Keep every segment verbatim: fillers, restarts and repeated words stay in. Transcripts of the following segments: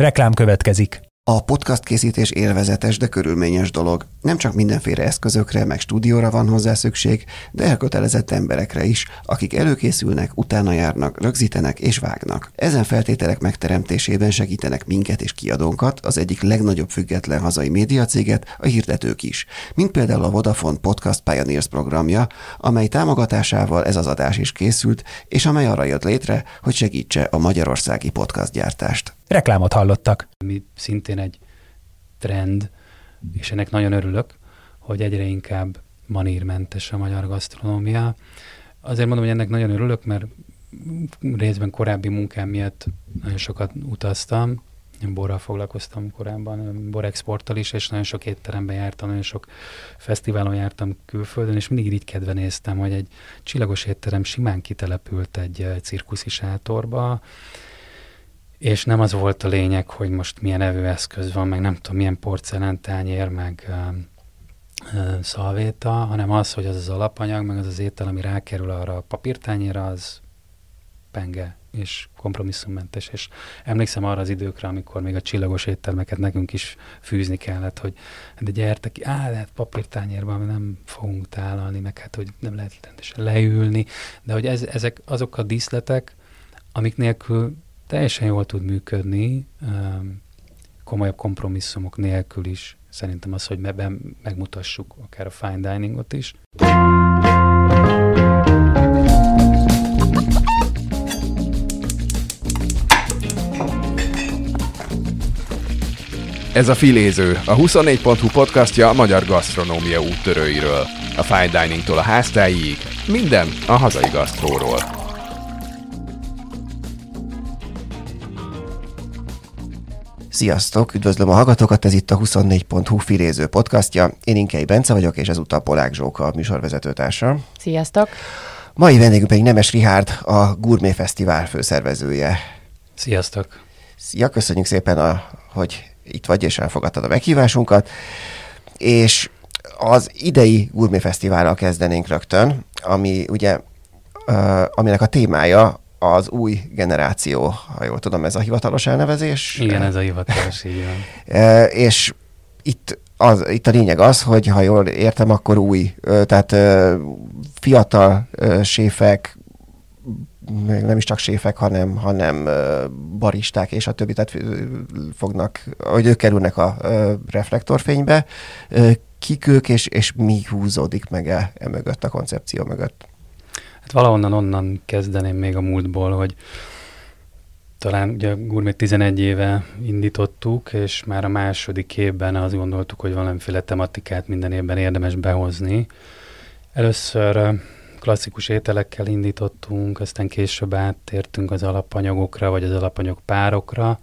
Reklám következik. A podcast készítés élvezetes, de körülményes dolog. Nem csak mindenféle eszközökre, meg stúdióra van hozzá szükség, de elkötelezett emberekre is, akik előkészülnek, utána járnak, rögzítenek és vágnak. Ezen feltételek megteremtésében segítenek minket és kiadónkat, az egyik legnagyobb független hazai médiacéget, a hirdetők is. Mint például a Vodafone Podcast Pioneers programja, amely támogatásával ez az adás is készült, és amely arra jött létre, hogy segítse a magyarországi podcastgyártást. Reklámot hallottak. Mi szintén egy trend, és ennek nagyon örülök, hogy egyre inkább manírmentes a magyar gasztronómia. Azért mondom, hogy ennek nagyon örülök, mert részben korábbi munkám miatt nagyon sokat utaztam. Én borral foglalkoztam korábban, borexporttal is, és nagyon sok étteremben jártam, nagyon sok fesztiválon jártam külföldön, és mindig így kedve néztem, hogy egy csillagos étterem simán kitelepült egy cirkuszi sátorba, és nem az volt a lényeg, hogy most milyen evőeszköz van, meg nem tudom, milyen porcelántányér, meg uh, uh, szalvéta, hanem az, hogy az az alapanyag, meg az az étel, ami rákerül arra a papírtányérra, az penge és kompromisszummentes. És emlékszem arra az időkre, amikor még a csillagos éttermeket nekünk is fűzni kellett, hogy de gyertek ki, á, lehet papírtányérban nem fogunk tálalni, meg hát, hogy nem lehet rendesen leülni, de hogy ez, ezek azok a díszletek, amik nélkül teljesen jól tud működni, komolyabb kompromisszumok nélkül is. Szerintem az, hogy ebben megmutassuk akár a fine diningot is. Ez a Filéző, a huszonnégy pont hu podcastja a magyar gasztronómia úttörőiről. A fine diningtól a háztáig, minden a hazai gasztróról. Sziasztok, üdvözlöm a hallgatókat, ez itt a huszonnégy pont hu Filéző podcastja. Én Inkei Bence vagyok, és ezúttal Polák Zsóka, a műsorvezetőtársa. Sziasztok! Mai vendégünk pedig Nemes Richárd, a Gourmet Fesztivál főszervezője. Sziasztok! Szia, köszönjük szépen, a, hogy itt vagy, és elfogadtad a meghívásunkat. És az idei Gourmet Fesztivállal kezdenénk rögtön, ami ugye, uh, aminek a témája az új generáció, ha jól tudom, ez a hivatalos elnevezés. Igen, ez a hivatalos, így van. E, és itt, az, itt a lényeg az, hogy ha jól értem, akkor új, tehát fiatal séfek, nem is csak séfek, hanem, hanem baristák és a többi, tehát fognak, hogy ők kerülnek a reflektorfénybe. Kik ők, és, és mi húzódik meg e, e mögött, a koncepció mögött? Hát valahonnan onnan kezdeném még a múltból, hogy talán ugye a Gourmet tizenegy éve indítottuk, és már a második évben azt gondoltuk, hogy valamiféle tematikát minden évben érdemes behozni. Először klasszikus ételekkel indítottunk, aztán később áttértünk az alapanyagokra, vagy az alapanyag párokra,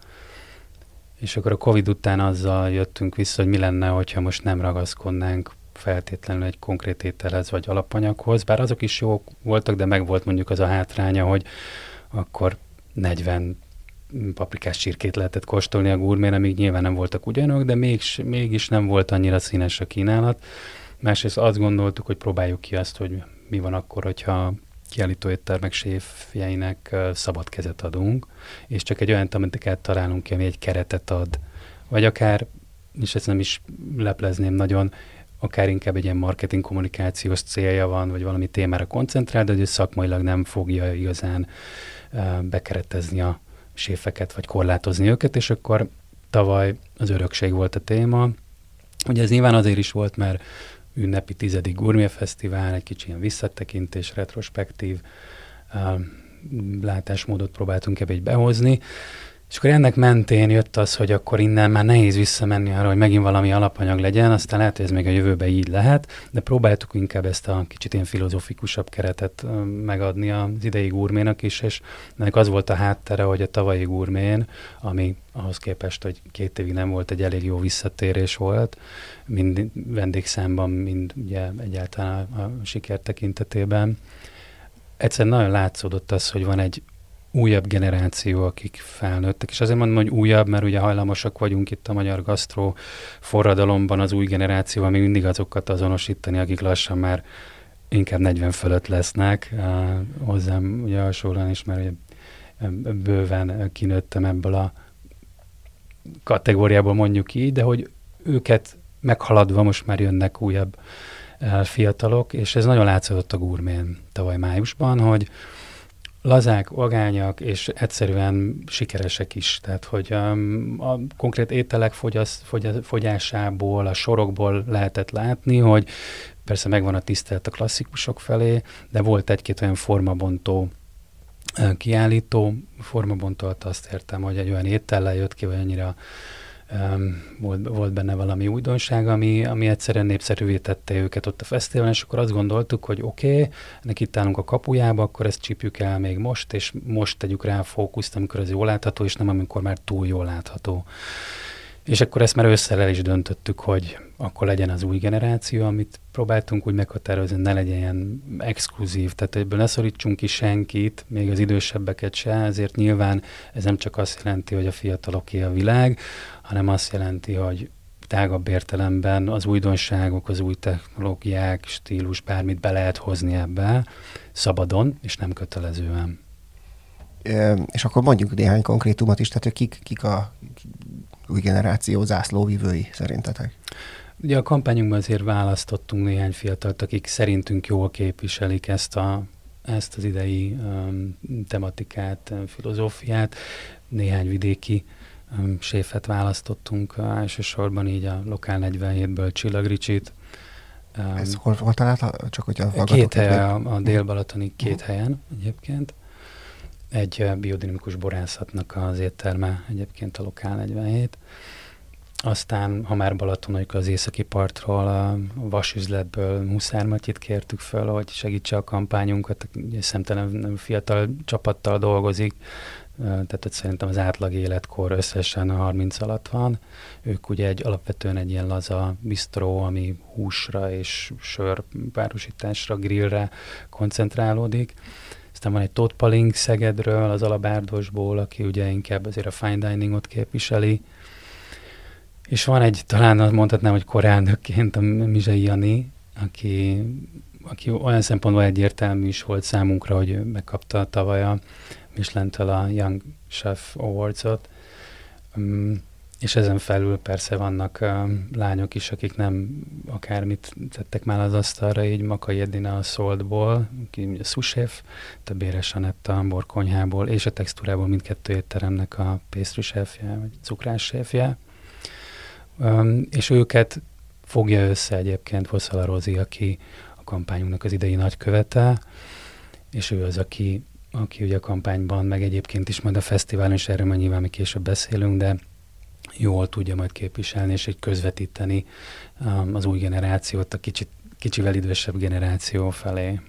és akkor a Covid után azzal jöttünk vissza, hogy mi lenne, hogyha most nem ragaszkodnánk feltétlenül egy konkrét ételhez vagy alapanyaghoz, bár azok is jók voltak, de meg volt mondjuk az a hátránya, hogy akkor negyven paprikás csirkét lehetett kóstolni a Gourmén, amíg nyilván nem voltak ugyanok, de még, mégis nem volt annyira színes a kínálat. Másrészt azt gondoltuk, hogy próbáljuk ki azt, hogy mi van akkor, hogyha kiállító éttermek séfjeinek szabad kezet adunk, és csak egy olyan tematikát találunk ki, ami egy keretet ad, vagy akár, és ezt nem is leplezném nagyon, akár inkább egy ilyen marketing kommunikációs célja van, vagy valami témára koncentrál, de hogy szakmailag nem fogja igazán uh, bekeretezni a séfeket, vagy korlátozni őket, és akkor tavaly az örökség volt a téma. Ugye ez nyilván azért is volt, mert ünnepi tizedik Gourmet Fesztivál, egy kicsi ilyen visszatekintés, retrospektív uh, látásmódot próbáltunk ebbe behozni, és akkor ennek mentén jött az, hogy akkor innen már nehéz visszamenni arra, hogy megint valami alapanyag legyen, aztán lehet, hogy ez még a jövőben így lehet, de próbáltuk inkább ezt a kicsit ilyen filozofikusabb keretet megadni az idei Gourménak is, és ennek az volt a háttere, hogy a tavalyi Gourmén, ami ahhoz képest, hogy két évig nem volt, egy elég jó visszatérés volt, mind vendégszámban, mind ugye egyáltalán a siker tekintetében. Egyszerűen nagyon látszódott az, hogy van egy újabb generáció, akik felnőttek. És azért mondom, hogy újabb, mert ugye hajlamosak vagyunk itt a magyar gasztró forradalomban az új generációval, még mindig azokat azonosítani, akik lassan már inkább negyven fölött lesznek. Uh, hozzám ugye hasonlóan is, mert ugye, bőven kinőttem ebből a kategóriából mondjuk így, de hogy őket meghaladva most már jönnek újabb fiatalok, és ez nagyon látszott a Gourmén tavaly májusban, hogy lazák, vagányak, és egyszerűen sikeresek is. Tehát, hogy um, a konkrét ételek fogyasz, fogy, fogyásából, a sorokból lehetett látni, hogy persze megvan a tisztelet a klasszikusok felé, de volt egy-két olyan formabontó uh, kiállító. Formabontó alatt azt értem, hogy egy olyan étellel jött ki, vagy annyira Um, volt, volt benne valami újdonság, ami, ami egyszerűen népszerűvé tette őket ott a fesztiválon, és akkor azt gondoltuk, hogy oké, okay, ennek itt állunk a kapujába, akkor ezt csípjük el még most, és most tegyük rá a fókuszt, amikor ez jól látható, és nem amikor már túl jól látható. És akkor ezt már ősszel el is döntöttük, hogy akkor legyen az új generáció, amit próbáltunk úgy meghatározni, ne legyen ilyen exkluzív, tehát ebből ne szorítsunk ki senkit, még az idősebbeket se, ezért nyilván ez nem csak azt jelenti, hogy a fiataloké a világ, hanem azt jelenti, hogy tágabb értelemben az újdonságok, az új technológiák, stílus, bármit be lehet hozni ebbe, szabadon, és nem kötelezően. E, és akkor mondjuk néhány konkrétumot is, tehát kik, kik a új generáció zászlóvivői szerintetek? Ugye a kampányunkban azért választottunk néhány fiatalt, akik szerintünk jól képviselik ezt, a, ezt az idei um, tematikát, filozófiát. Néhány vidéki um, séfet választottunk, uh, elsősorban így a Lokál negyvenhétből Csillag Ricsit. Um, Ez hol, hol talált? Csak hogyha két helyen, a, a Dél-Balatoni két helyen egyébként. Egy uh, biodinamikus borászatnak az étterme egyébként a Lokál negyvenhét. Aztán, ha már Balatonoik az északi partról, a vasüzletből Huszár Matyit kértük föl, hogy segítse a kampányunkat, szemtelen fiatal csapattal dolgozik, tehát hogy szerintem az átlag életkor összesen a harminc alatt van. Ők ugye egy, alapvetően egy ilyen laza bisztró, ami húsra és sör párosításra, grillre koncentrálódik. Aztán van egy Tóth Palink Szegedről, az Alabárdosból, aki ugye inkább azért a fine diningot képviseli. És van egy, talán mondhatnám, hogy koránökként a Mizsei Jani, aki, aki olyan szempontból egyértelmű is volt számunkra, hogy megkapta tavaly a Michelin-től a Young Chef Awards-ot. Um, és ezen felül persze vannak um, lányok is, akik nem akármit tettek már az asztalra, így Makai Edina a Szoltból, aki a sous-chef, a Béres Anetta a Borkonyhából, és a Textúrából mindkettő étteremnek a pastry chefje, vagy cukrás chefje. Um, és őket fogja össze egyébként Vosszala Rozi, aki a kampányunknak az idei nagykövete, és ő az, aki, aki ugye a kampányban, meg egyébként is majd a fesztiválon, és erről majd nyilván mi később beszélünk, de jól tudja majd képviselni, és egy közvetíteni um, az új generációt a kicsit, kicsivel idősebb generáció felé.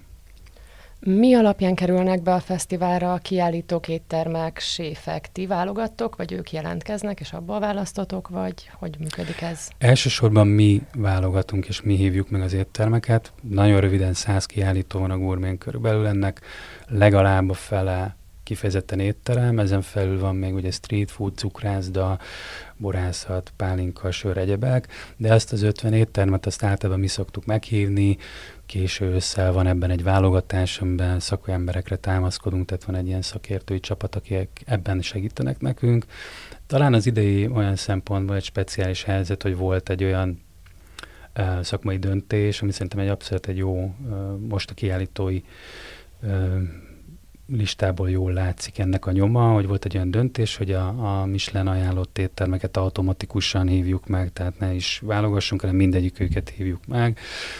Mi alapján kerülnek be a fesztiválra a kiállítók, éttermek, séfek? Ti válogattok, vagy ők jelentkeznek, és abból választotok, vagy hogy működik ez? Elsősorban mi válogatunk, és mi hívjuk meg az éttermeket. Nagyon röviden száz kiállító van a Gourmén körülbelül, ennek legalább a fele kifejezetten étterem, ezen felül van még ugye street food, cukrászda, borászat, pálinka, sör, egyebek, de ezt az ötven éttermet azt általában mi szoktuk meghívni, késő ősszel van ebben egy válogatás, amiben szakemberekre támaszkodunk, tehát van egy ilyen szakértői csapat, akik ebben segítenek nekünk. Talán az idei olyan szempontból egy speciális helyzet, hogy volt egy olyan uh, szakmai döntés, ami szerintem egy abszolút egy jó, uh, most a kiállítói uh, listából jól látszik ennek a nyoma, hogy volt egy olyan döntés, hogy a, a Michelin ajánlott éttermeket automatikusan hívjuk meg, tehát ne is válogassunk, hanem mindegyik őket hívjuk meg.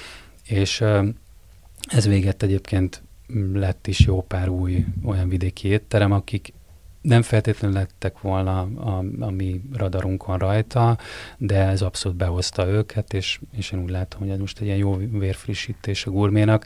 És uh, ez véget egyébként lett is jó pár új olyan vidéki étterem, akik nem feltétlenül lettek volna a, a mi radarunkon rajta, de ez abszolút behozta őket, és, és én úgy látom, hogy ez most egy ilyen jó vérfrissítés a Gourménak.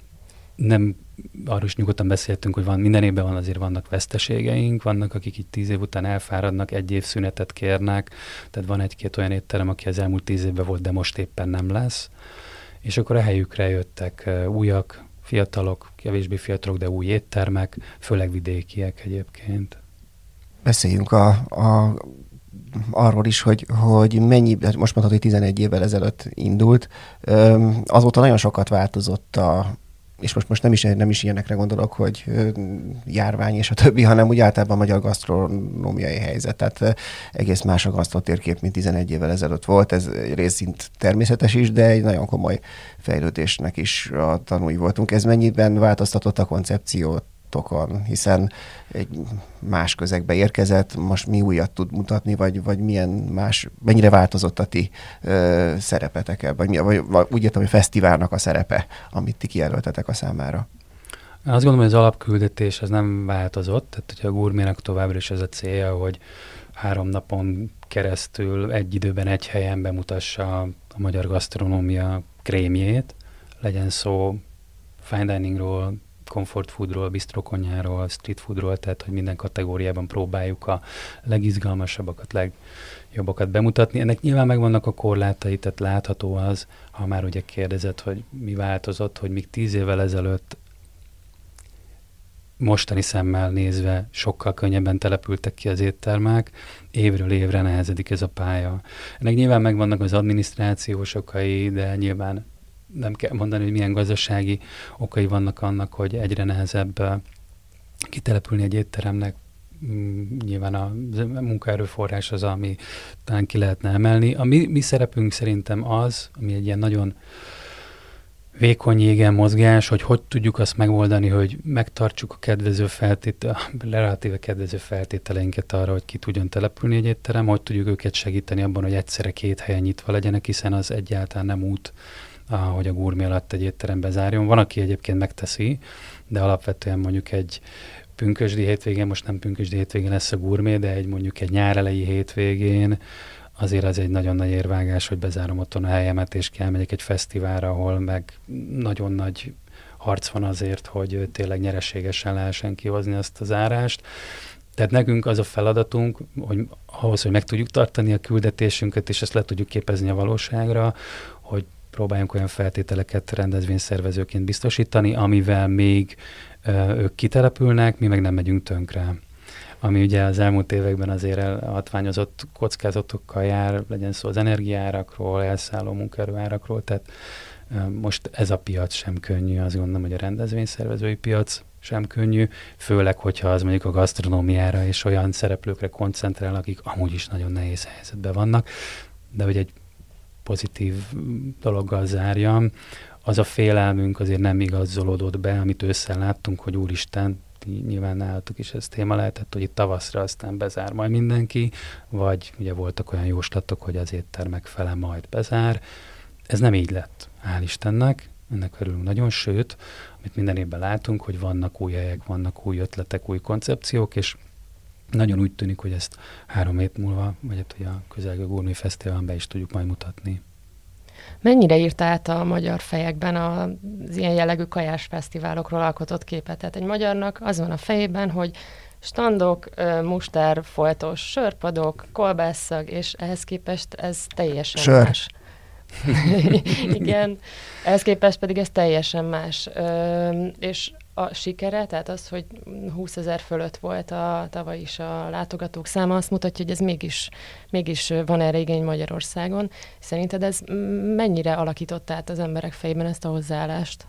Nem, arról is nyugodtan beszéltünk, hogy van, minden évben van, azért vannak veszteségeink, vannak, akik így tíz év után elfáradnak, egy év szünetet kérnek, tehát van egy-két olyan étterem, aki az elmúlt tíz évben volt, de most éppen nem lesz. És akkor a helyükre jöttek uh, újak, fiatalok, kevésbé fiatalok, de új éttermek, főleg vidékiek egyébként. Beszéljünk a, a, arról is, hogy, hogy mennyi, most mondhatod, hogy tizenegy évvel ezelőtt indult. Azóta nagyon sokat változott a és most, most nem, is, nem is ilyenekre gondolok, hogy járvány és a többi, hanem úgy általában a magyar gasztronómiai helyzet. Tehát egész más a gasztrotérkép, mint tizenegy évvel ezelőtt volt. Ez részint természetes is, de egy nagyon komoly fejlődésnek is a tanúi voltunk. Ez mennyiben változtatott a koncepciót? Hiszen egy más közegbe érkezett, most mi újat tud mutatni, vagy, vagy milyen más, mennyire változott a ti ö, szerepetek ebben, vagy, vagy, vagy úgy értem, hogy fesztiválnak a szerepe, amit ti kijelöltetek a számára. Azt gondolom, hogy az alapküldetés az nem változott, tehát hogyha a Gourménak továbbra is ez a célja, hogy három napon keresztül egy időben egy helyen bemutassa a magyar gasztronómia krémjét, legyen szó fine diningról, comfort foodról, bistrokonyáról, street foodról, tehát hogy minden kategóriában próbáljuk a legizgalmasabbakat, legjobbakat bemutatni. Ennek nyilván megvannak a korlátai, tehát látható az, ha már ugye kérdezett, hogy mi változott, hogy még tíz évvel ezelőtt mostani szemmel nézve sokkal könnyebben települtek ki az éttermek, évről évre nehezedik ez a pálya. Ennek nyilván megvannak az adminisztrációs okai, de nyilván nem kell mondani, hogy milyen gazdasági okai vannak annak, hogy egyre nehezebb kitelepülni egy étteremnek. Nyilván a munkaerőforrás az, ami talán ki lehetne emelni. A mi, mi szerepünk szerintem az, ami egy ilyen nagyon vékony jégen mozgás, hogy hogy tudjuk azt megoldani, hogy megtartsuk a kedvező feltétel, relatíve kedvező feltételeinket arra, hogy ki tudjon települni egy étterem, hogy tudjuk őket segíteni abban, hogy egyszerre két helyen nyitva legyenek, hiszen az egyáltalán nem út, hogy a Gourmé alatt egy étterem bezárjon. Van, aki egyébként megteszi, de alapvetően mondjuk egy pünkösdi hétvégén, most nem pünkösdi hétvégén lesz a Gourmé, de egy mondjuk egy nyárelejé hétvégén azért az egy nagyon nagy érvágás, hogy bezárom otthon a helyemet, és elmegyek egy fesztiválra, ahol meg nagyon nagy harc van azért, hogy tényleg nyereségesen lehessen kihozni azt a zárást. Tehát nekünk az a feladatunk, hogy ahhoz, hogy meg tudjuk tartani a küldetésünket, és ezt le tudjuk képezni a valóságra, hogy próbáljunk olyan feltételeket rendezvényszervezőként biztosítani, amivel még ö, ők kitelepülnek, mi meg nem megyünk tönkre. Ami ugye az elmúlt években azért elhatványozott kockázatokkal jár, legyen szó az energiaárakról, elszálló munkaerőárakról, tehát ö, most ez a piac sem könnyű, azt gondolom, hogy a rendezvényszervezői piac sem könnyű, főleg, hogyha az mondjuk a gasztronómiára és olyan szereplőkre koncentrál, akik amúgy is nagyon nehéz helyzetben vannak, de hogy egy pozitív dologgal zárjam, az a félelmünk azért nem igazolódott be, amit ősszel láttunk, hogy úristen, nyilván nálatok is ez téma lehetett, hogy itt tavaszra aztán bezár majd mindenki, vagy ugye voltak olyan jóslatok, hogy az éttermek fele majd bezár. Ez nem így lett, hál' Istennek, ennek örülünk nagyon, sőt, amit minden évben látunk, hogy vannak új helyek, vannak új ötletek, új koncepciók, és nagyon úgy tűnik, hogy ezt három év múlva, vagy hát, hogy a közelgő Gourmé Fesztiválon be is tudjuk majd mutatni. Mennyire írt át a magyar fejekben az ilyen jellegű kajás fesztiválokról alkotott képet? Tehát egy magyarnak az van a fejében, hogy standok, mustárfoltos sörpadok, kolbásszag, és ehhez képest ez teljesen Sör. más. Igen, ehhez képest pedig ez teljesen más. Ö, és a sikere, tehát az, hogy húszezer fölött volt a, tavaly is a látogatók száma, azt mutatja, hogy ez mégis, mégis van erre igény Magyarországon. Szerinted ez mennyire alakított át az emberek fejében ezt a hozzáállást?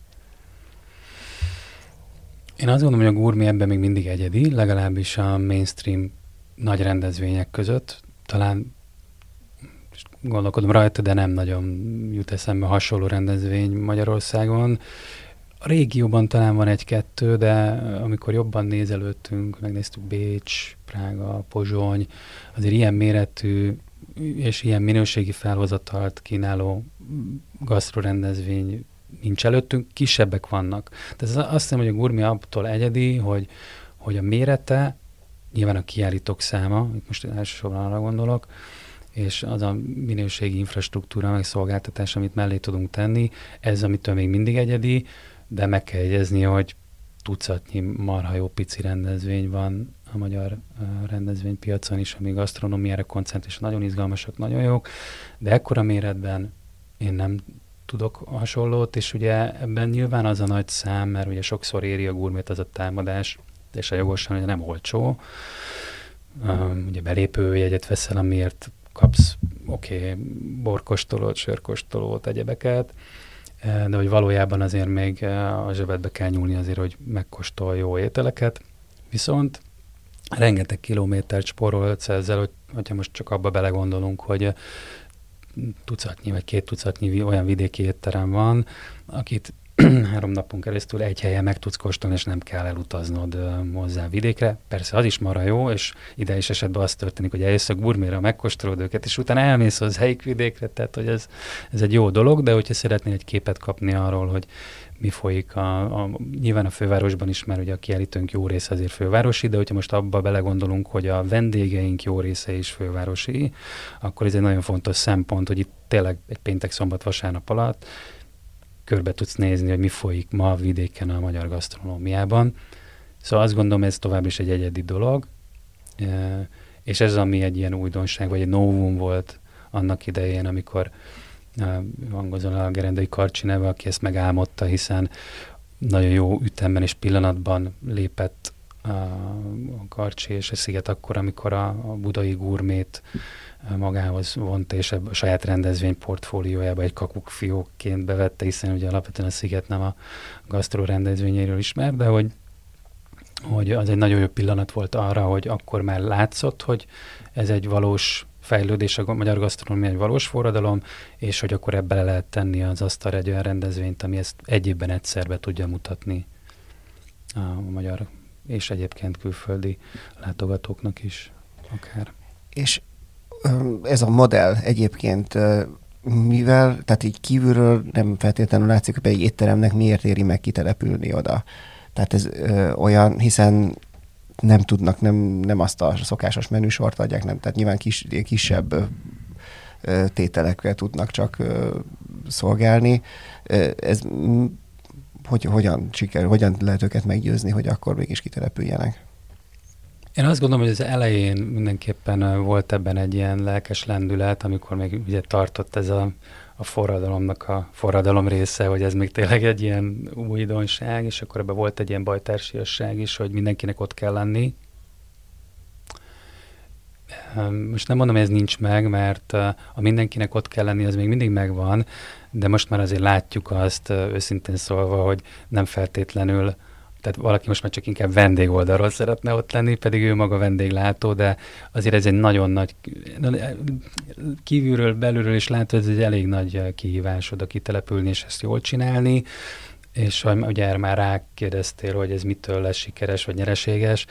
Én azt gondolom, hogy a Gourmé ebben még mindig egyedi, legalábbis a mainstream nagy rendezvények között. Talán gondolkodom rajta, de nem nagyon jut eszembe hasonló rendezvény Magyarországon. A régióban talán van egy-kettő, de amikor jobban nézelődtünk, megnéztük Bécs, Prága, Pozsony, azért ilyen méretű és ilyen minőségi felhozatalt kínáló gasztrorendezvény nincs előttünk, kisebbek vannak. Tehát azt hiszem, hogy a Gourmé attól egyedi, hogy, hogy a mérete, nyilván a kiállítók száma, itt most elsősorban arra gondolok, és az a minőségi infrastruktúra, meg szolgáltatás, amit mellé tudunk tenni, ez, amitől még mindig egyedi, de meg kell jegyezni, hogy tucatnyi marha jó pici rendezvény van a magyar uh, rendezvénypiacon is, ami gasztronómiára koncentrál, és nagyon izgalmasak, nagyon jók, de ekkora méretben én nem tudok hasonlót, és ugye ebben nyilván az a nagy szám, mert ugye sokszor éri a Gourmét az a támadás, és a jogosan, hogy nem olcsó. Um, ugye belépőjegyet veszel, amiért kapsz, oké, okay, borkostolót, sörkostolót, egyebeket, de hogy valójában azért még a zsebedbe kell nyúlni azért, hogy megkóstolj jó ételeket. Viszont rengeteg kilométert spórolsz ezzel, hogy, hogyha most csak abba belegondolunk, hogy tucatnyi vagy két tucatnyi olyan vidéki étterem van, akit három napon keresztül egy helyen meg tudsz kóstolni, és nem kell elutaznod uh, hozzá vidékre. Persze az is marha jó, és ide is esetben az történik, hogy eljössz a Gurméra, megkóstolod őket, és utána elmész az helyik vidékre, tehát hogy ez, ez egy jó dolog, de hogyha szeretnél egy képet kapni arról, hogy mi folyik a, a, nyilván a fővárosban is, mert ugye a kiállítónk jó része azért fővárosi, de hogyha most abba belegondolunk, hogy a vendégeink jó része is fővárosi, akkor ez egy nagyon fontos szempont, hogy itt tényleg egy péntek, szombat, vasárnap alatt körbe tudsz nézni, hogy mi folyik ma a vidéken a magyar gasztronómiában. Szóval azt gondolom, ez tovább is egy egyedi dolog, és ez, ami egy ilyen újdonság, vagy egy novum volt annak idején, amikor Van Gozon Gerendai Karcsi neve, aki ezt megálmodta, hiszen nagyon jó ütemben és pillanatban lépett a Karcsi és a Sziget akkor, amikor a, a budai gurmét magához vonta, és a saját rendezvény portfóliójába egy kakukfiókként bevette, hiszen ugye alapvetően a Sziget nem a gasztró rendezvényeiről ismer, de hogy, hogy az egy nagyon jó pillanat volt arra, hogy akkor már látszott, hogy ez egy valós fejlődés, a magyar gasztronómia egy valós forradalom, és hogy akkor ebbe le lehet tenni az asztalra egy olyan rendezvényt, ami ezt egy évben egyszerbe tudja mutatni a magyar és egyébként külföldi látogatóknak is akár. És ez a modell egyébként mivel, tehát így kívülről nem feltétlenül látszik, hogy egy étteremnek miért éri meg kitelepülni oda. Tehát ez ö, olyan, hiszen nem tudnak, nem, nem azt a szokásos menüsort adják, nem, tehát nyilván kis, kisebb ö, tételekkel tudnak csak ö, szolgálni. Ö, ez hogy, hogyan sikerül, hogyan lehet őket meggyőzni, hogy akkor mégis kitelepüljenek? Én azt gondolom, hogy az elején mindenképpen volt ebben egy ilyen lelkes lendület, amikor még ugye tartott ez a, a forradalomnak a forradalom része, hogy ez még tényleg egy ilyen újdonság, és akkor ebben volt egy ilyen bajtársiasság is, hogy mindenkinek ott kell lenni. Most nem mondom, hogy ez nincs meg, mert a mindenkinek ott kell lenni, az még mindig megvan, de most már azért látjuk azt, őszintén szólva, hogy nem feltétlenül, tehát valaki most már csak inkább vendégoldalról szeretne ott lenni, pedig ő maga vendéglátó, de azért ez egy nagyon nagy, kívülről, belülről is látod, ez egy elég nagy kihívás oda kitelepülni, és ezt jól csinálni, és ugye erre már rákérdeztél, hogy ez mitől lesz sikeres vagy nyereséges.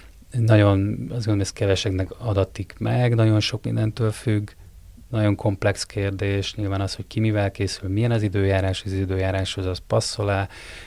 Nagyon, azt gondolom, ez keveseknek adatik meg, nagyon sok mindentől függ, nagyon komplex kérdés, nyilván az, hogy ki mivel készül, milyen az időjárás, az időjáráshoz az passzol-e,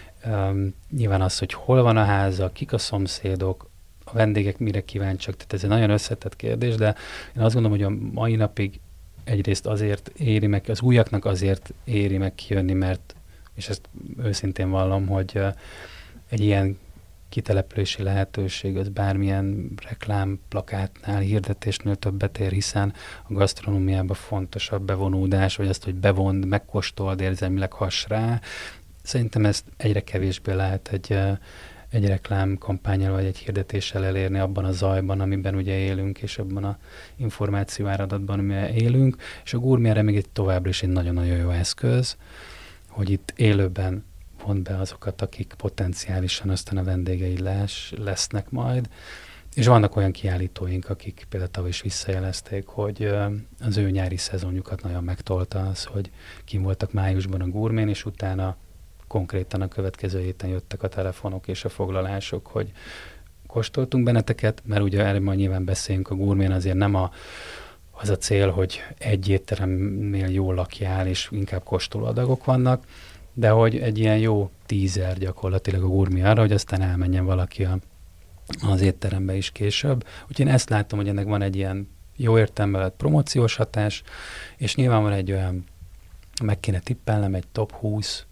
um, nyilván az, hogy hol van a háza, kik a szomszédok, a vendégek mire kíváncsiak, tehát ez egy nagyon összetett kérdés, de én azt gondolom, hogy a mai napig egyrészt azért éri meg, az újaknak azért éri meg kijönni, mert, és ezt őszintén vallom, hogy uh, egy ilyen kitelepülési lehetőség, az bármilyen reklám, plakátnál, hirdetésnél többet ér, hiszen a gasztronómiában fontosabb bevonódás, vagy azt, hogy bevond, megkóstold, érzelmileg hass rá. Szerintem ezt egyre kevésbé lehet egy, egy reklámkampányal, vagy egy hirdetéssel elérni abban a zajban, amiben ugye élünk, és abban a információ áradatban, amiben élünk. És a Gourmet erre még egy továbbra is egy nagyon-nagyon jó eszköz, hogy itt élőben vont be azokat, akik potenciálisan aztán a vendégei lesz, lesznek majd. És vannak olyan kiállítóink, akik például tavaly is visszajelezték, hogy az ő nyári szezonjukat nagyon megtolta az, hogy kim voltak májusban a Gourmén, és utána konkrétan a következő héten jöttek a telefonok és a foglalások, hogy kóstoltunk benneteket, mert ugye erre majd nyilván beszélünk, a Gourmén azért nem a, az a cél, hogy egy étteremnél jól lakjál, és inkább kóstolóadagok vannak, de hogy egy ilyen jó tízer gyakorlatilag a Gourmet arra, hogy aztán elmenjen valaki a, az étterembe is később. Úgyhogy én ezt látom, hogy ennek van egy ilyen jó értelemben lett promóciós hatás, és nyilván van egy olyan, meg kéne tippelnem, egy top húsz,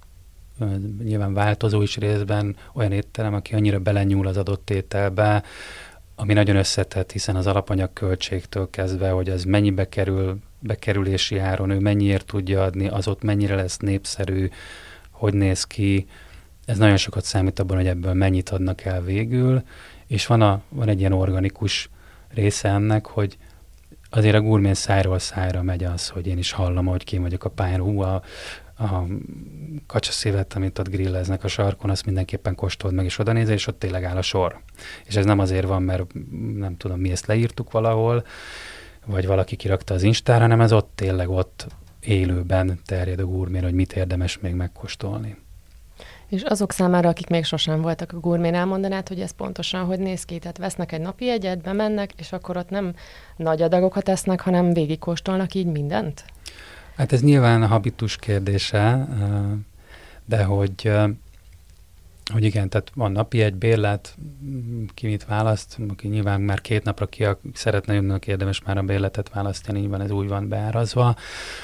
nyilván változó is részben, olyan étterem, aki annyira belenyúl az adott ételbe, ami nagyon összetett, hiszen az alapanyag költségtől kezdve, hogy az mennyibe kerül, bekerülési áron, ő mennyiért tudja adni, az ott mennyire lesz népszerű, hogy néz ki, ez nagyon sokat számít abban, hogy ebből mennyit adnak el végül, és van, a, van egy ilyen organikus része ennek, hogy azért a gurmén szájról szájra megy az, hogy én is hallom, hogy ki vagyok a pályán, hú, a, a kacsaszívet, amit ott grilleznek a sarkon, azt mindenképpen kóstold meg, és oda nézel, és ott tényleg áll a sor. És ez nem azért van, mert nem tudom, mi ezt leírtuk valahol, vagy valaki kirakta az Instára, hanem ez ott tényleg ott élőben terjed a gurmén, hogy mit érdemes még megkóstolni. És azok számára, akik még sosem voltak a gurmén, elmondanád, hogy ez pontosan hogy néz ki? Tehát vesznek egy napi jegyet, bemennek, és akkor ott nem nagy adagokat esznek, hanem végigkóstolnak így mindent? Hát ez nyilván a habitus kérdése, de hogy, hogy igen, tehát van napi egy bérlet, ki mit választ, aki nyilván már két napra ki szeretne jönni, érdemes már a bérletet választani, nyilván ez úgy van beárazva.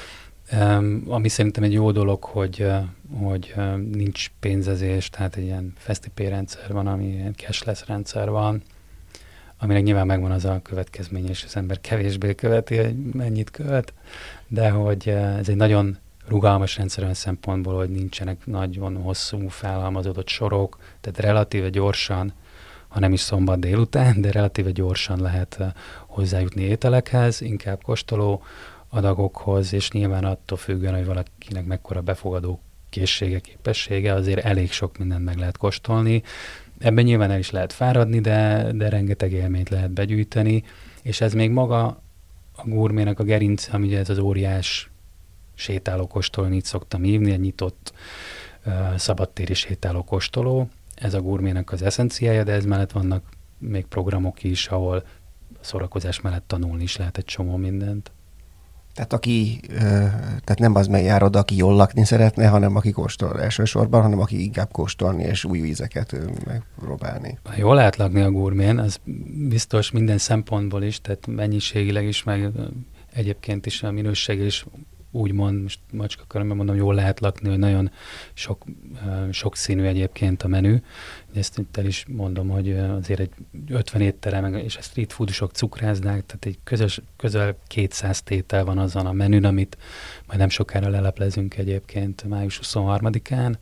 Um, ami szerintem egy jó dolog, hogy, uh, hogy uh, nincs pénzezés, tehát egy ilyen fesztipay rendszer van, ami ilyen cashless rendszer van, aminek nyilván megvan az a következménye, és az ember kevésbé követi, hogy mennyit költ, de hogy uh, ez egy nagyon rugalmas rendszer olyan szempontból, hogy nincsenek nagyon hosszú felhalmozódott sorok, tehát relatíve gyorsan, ha nem is szombat délután, de relatíve gyorsan lehet uh, hozzájutni ételekhez, inkább kóstoló adagokhoz, és nyilván attól függően, hogy valakinek mekkora befogadó készsége, képessége, azért elég sok mindent meg lehet kóstolni. Ebben nyilván el is lehet fáradni, de, de rengeteg élményt lehet begyűjteni, és ez még maga a gurmének a gerince, ami ugye ez az óriás sétáló kóstoló, így szoktam hívni, egy nyitott uh, szabadtéri sétáló kóstoló. Ez a gurmének az eszenciája, de ez mellett vannak még programok is, ahol a szórakozás mellett tanulni is lehet egy csomó mindent. Tehát aki, tehát nem az, mely jár oda, aki jól lakni szeretne, hanem aki kóstol elsősorban, hanem aki inkább kóstolni és új ízeket megpróbálni. Jól lehet lakni a gurmén, az biztos minden szempontból is, tehát mennyiségileg is, meg egyébként is a minőség is úgymond, most macska körömben mondom, jól lehet lakni, hogy nagyon sok, sok színű egyébként a menü. Ezt itt el is mondom, hogy azért egy ötven étterem, és a street foodosok cukrázdák, tehát egy közös, közel kétszáz tétel van azon a menün, amit majd nem sokára leleplezünk egyébként május huszonharmadikán.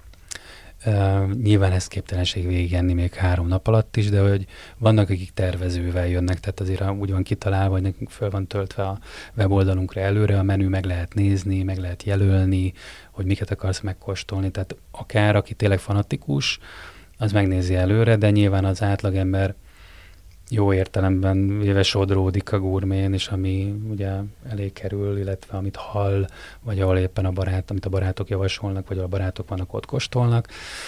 Uh, nyilván ez képtelenség végigenni még három nap alatt is, de hogy vannak, akik tervezővel jönnek, tehát azért úgy van kitalálva, hogy nekünk föl van töltve a weboldalunkra előre, a menü meg lehet nézni, meg lehet jelölni, hogy miket akarsz megkóstolni, tehát akár aki tényleg fanatikus, az megnézi előre, de nyilván az átlagember jó értelemben véve sodródik a gurmén, és ami ugye elé kerül, illetve amit hall, vagy ahol éppen a barát, amit a barátok javasolnak, vagy a barátok vannak ott kóstolnak.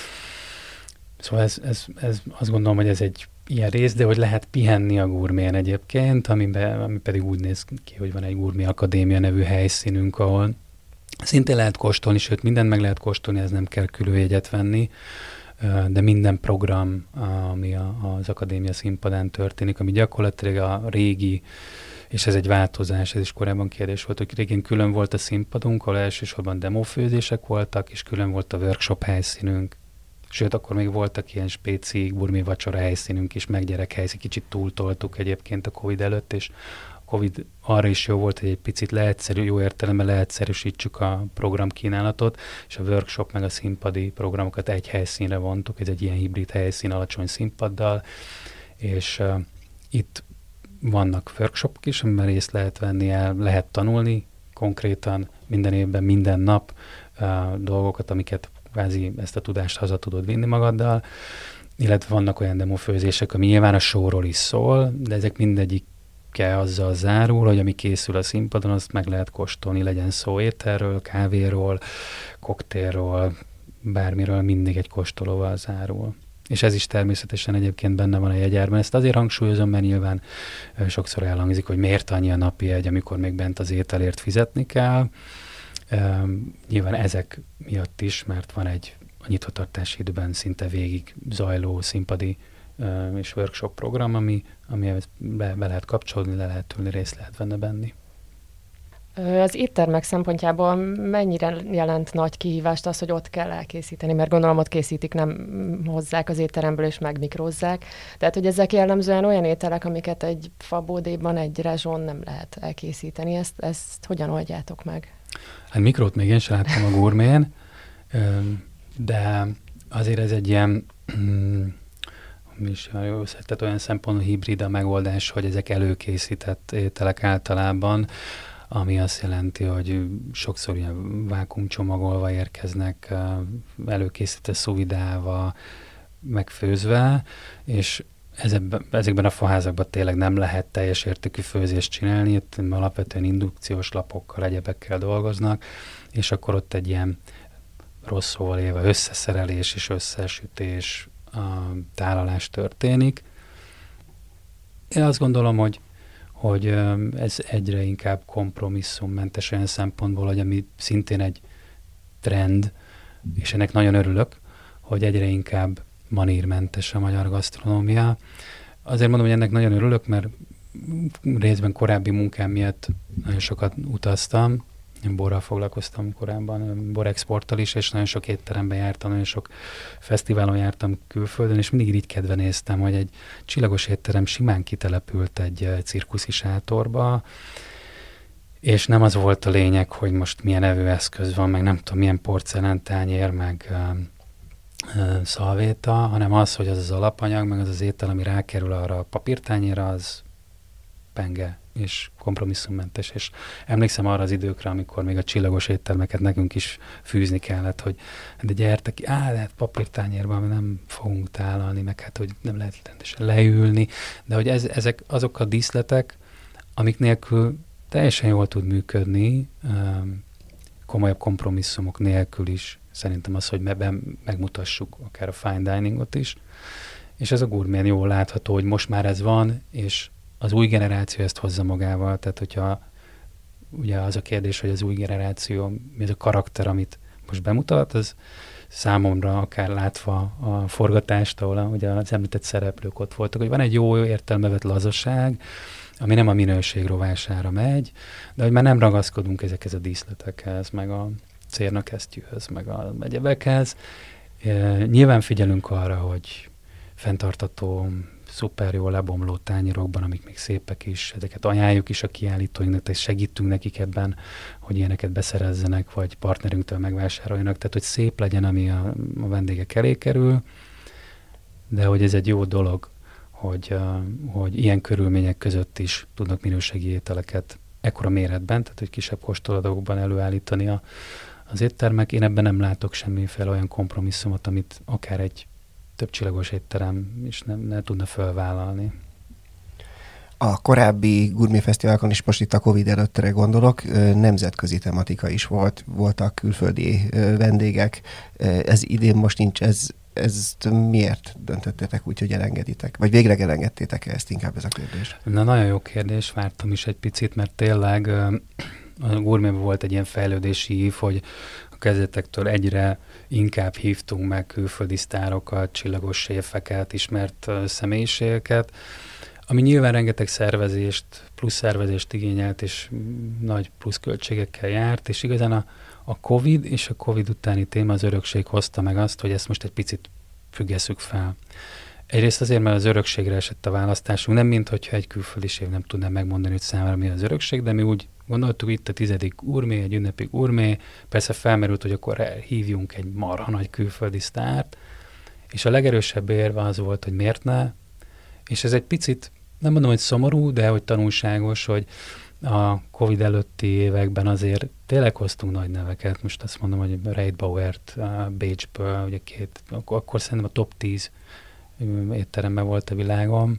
Szóval ez, ez, ez, azt gondolom, hogy ez egy ilyen rész, de hogy lehet pihenni a gurmén egyébként, amiben, ami pedig úgy néz ki, hogy van egy Gurmé Akadémia nevű helyszínünk, ahol szintén lehet kóstolni, sőt mindent meg lehet kóstolni, ez nem kell különjegyet venni, de minden program, ami az akadémia színpadán történik, ami gyakorlatilag a régi, és ez egy változás, ez is korábban kérdés volt, hogy régén külön volt a színpadunk, ahol elsősorban demófőzések voltak, és külön volt a workshop helyszínünk. Sőt, akkor még voltak ilyen spéci gurmé vacsora helyszínünk is, meg gyerek helyszín, kicsit túltoltuk egyébként a Covid előtt, és Covid arra is jó volt, hogy egy picit leegyszerű, jó értelemben leegyszerűsítsük a programkínálatot, és a workshop meg a színpadi programokat egy helyszínre vontuk, ez egy ilyen hibrid helyszín alacsony színpaddal, és uh, itt vannak workshopok is, amiben részt lehet venni, el lehet tanulni konkrétan minden évben, minden nap uh, dolgokat, amiket kvázi ezt a tudást haza tudod vinni magaddal, illetve vannak olyan demofőzések, ami nyilván a showról is szól, de ezek mindegyik kell azzal zárul, hogy ami készül a színpadon, azt meg lehet kóstolni, legyen szó ételről, kávéról, koktélról, bármiről, mindig egy kóstolóval zárul. És ez is természetesen egyébként benne van a jegyárban. Ezt azért hangsúlyozom, mert nyilván sokszor elhangzik, hogy miért annyi a napi jegy, amikor még bent az ételért fizetni kell. Um, nyilván ezek miatt is, mert van egy a nyitvatartási időben szinte végig zajló színpadi uh, és workshop program, ami, ami be, be lehet kapcsolni, le lehet ülni, részt lehet venne benni. Az éttermek szempontjából mennyire jelent nagy kihívást az, hogy ott kell elkészíteni, mert gondolom ott készítik, nem hozzák az étteremből és megmikrózzák. Tehát, hogy ezek jellemzően olyan ételek, amiket egy fabódéban, egy rezsón nem lehet elkészíteni. Ezt, ezt hogyan oldjátok meg? Hát mikrót még én sem láttam a gurmén, de azért ez egy ilyen nem is jó össze, tehát olyan szempontból hibrid a megoldás, hogy ezek előkészített ételek általában, ami azt jelenti, hogy sokszor ilyen vákuumcsomagolva érkeznek, előkészített szuvidálva, megfőzve, és ezekben, ezekben a faházakban tényleg nem lehet teljes értékű főzést csinálni, itt alapvetően indukciós lapokkal, egyebekkel dolgoznak, és akkor ott egy ilyen rossz szóval élve összeszerelés és összesütés, a tálalás történik. Én azt gondolom, hogy, hogy ez egyre inkább kompromisszummentes olyan szempontból, hogy ami szintén egy trend, és ennek nagyon örülök, hogy egyre inkább manírmentes a magyar gasztronómia. Azért mondom, hogy ennek nagyon örülök, mert részben korábbi munkám miatt nagyon sokat utaztam, én borral foglalkoztam korábban, borexporttal is, és nagyon sok étteremben jártam, nagyon sok fesztiválon jártam külföldön, és mindig irigykedve néztem, hogy egy csillagos étterem simán kitelepült egy cirkuszi sátorba, és nem az volt a lényeg, hogy most milyen evőeszköz van, meg nem tudom, milyen porcelántányér, meg uh, uh, szalvéta, hanem az, hogy az az alapanyag, meg az az étel, ami rákerül arra a papírtányérra, az penge és kompromisszummentes, és emlékszem arra az időkre, amikor még a csillagos éttermeket nekünk is fűzni kellett, hogy de gyertek ki, á, lehet papírtányérban nem fogunk tálalni, meg hát, hogy nem lehet rendesen leülni, de hogy ez, ezek azok a díszletek, amik nélkül teljesen jól tud működni, komolyabb kompromisszumok nélkül is, szerintem az, hogy megmutassuk akár a fine diningot is, és ez a gurmén jól látható, hogy most már ez van, és az új generáció ezt hozza magával, tehát hogyha ugye az a kérdés, hogy az új generáció, mi az a karakter, amit most bemutat, az számomra akár látva a forgatást, ahol a, ugye az említett szereplők ott voltak, hogy van egy jó értelmevet lazaság, ami nem a minőség rovására megy, de hogy már nem ragaszkodunk ezekhez a díszletekhez, meg a cérnakesztyűhöz, meg a egyebekhez. E, nyilván figyelünk arra, hogy fenntartató, szuper jól lebomló tányérokban, amik még szépek is, ezeket ajánljuk is a kiállítóinknak, és segítünk nekik ebben, hogy ilyeneket beszerezzenek, vagy partnerünktől megvásároljanak, tehát hogy szép legyen, ami a, a vendégek elé kerül, de hogy ez egy jó dolog, hogy, uh, hogy ilyen körülmények között is tudnak minőségi ételeket ekkora méretben, tehát hogy kisebb kóstoladagokban előállítani a, az éttermek. Én ebben nem látok semmiféle olyan kompromisszumot, amit akár egy több csillagos étterem is nem, nem tudna felvállalni. A korábbi gurméfesztiválokon is, most itt a Covid előttre gondolok, nemzetközi tematika is volt, voltak külföldi vendégek. Ez idén most nincs, ez, ezt miért döntöttetek úgy, hogy elengeditek? Vagy végleg elengedtétek ezt, inkább ez a kérdés? Na, nagyon jó kérdés, vártam is egy picit, mert tényleg a gurmében volt egy ilyen fejlődési hív, hogy a kezdetektől egyre inkább hívtunk meg külföldi sztárokat, csillagos séfeket, ismert személyiségeket, ami nyilván rengeteg szervezést, plusz szervezést igényelt, és nagy plusz költségekkel járt, és igazán a, a Covid és a Covid utáni téma, az örökség hozta meg azt, hogy ezt most egy picit függesszük fel. Egyrészt azért, mert az örökségre esett a választásunk, nem mint hogyha egy külföldi séf nem tudná megmondani, hogy számára mi az örökség, de mi úgy gondoltuk, itt a tizedik gurmé, egy ünnepi gurmé, persze felmerült, hogy akkor hívjunk egy marha nagy külföldi sztárt, és a legerősebb érve az volt, hogy miért ne, és ez egy picit, nem mondom, hogy szomorú, de hogy tanulságos, hogy a Covid előtti években azért tényleg hoztunk nagy neveket, most azt mondom, hogy Reitbauert Bécsből, ugye két, akkor, akkor szerintem a top tíz étteremben volt a világon,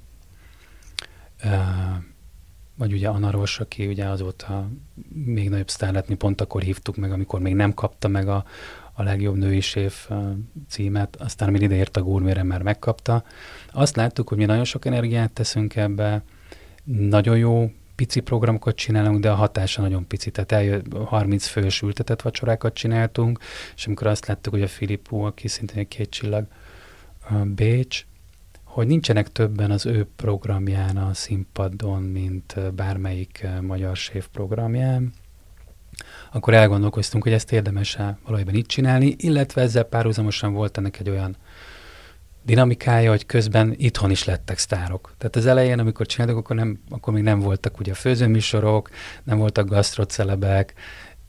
vagy ugye Anna Ross, aki ugye azóta még nagyobb sztár lett, mi pont akkor hívtuk meg, amikor még nem kapta meg a, a legjobb női séf címet, aztán amíg ideért a gurmére, már megkapta. Azt láttuk, hogy mi nagyon sok energiát teszünk ebbe, nagyon jó pici programokat csinálunk, de a hatása nagyon pici, tehát eljött harminc fős ültetett vacsorákat csináltunk, és amikor azt láttuk, hogy a Filippo, aki szintén egy két csillag Bécs, hogy nincsenek többen az ő programján a színpadon, mint bármelyik magyar séf programján, akkor elgondolkoztunk, hogy ezt érdemes-e valójában így csinálni, illetve ezzel párhuzamosan volt ennek egy olyan dinamikája, hogy közben itthon is lettek sztárok. Tehát az elején, amikor csináltuk, akkor, nem, akkor még nem voltak ugye főzőműsorok, nem voltak gasztrocelebek,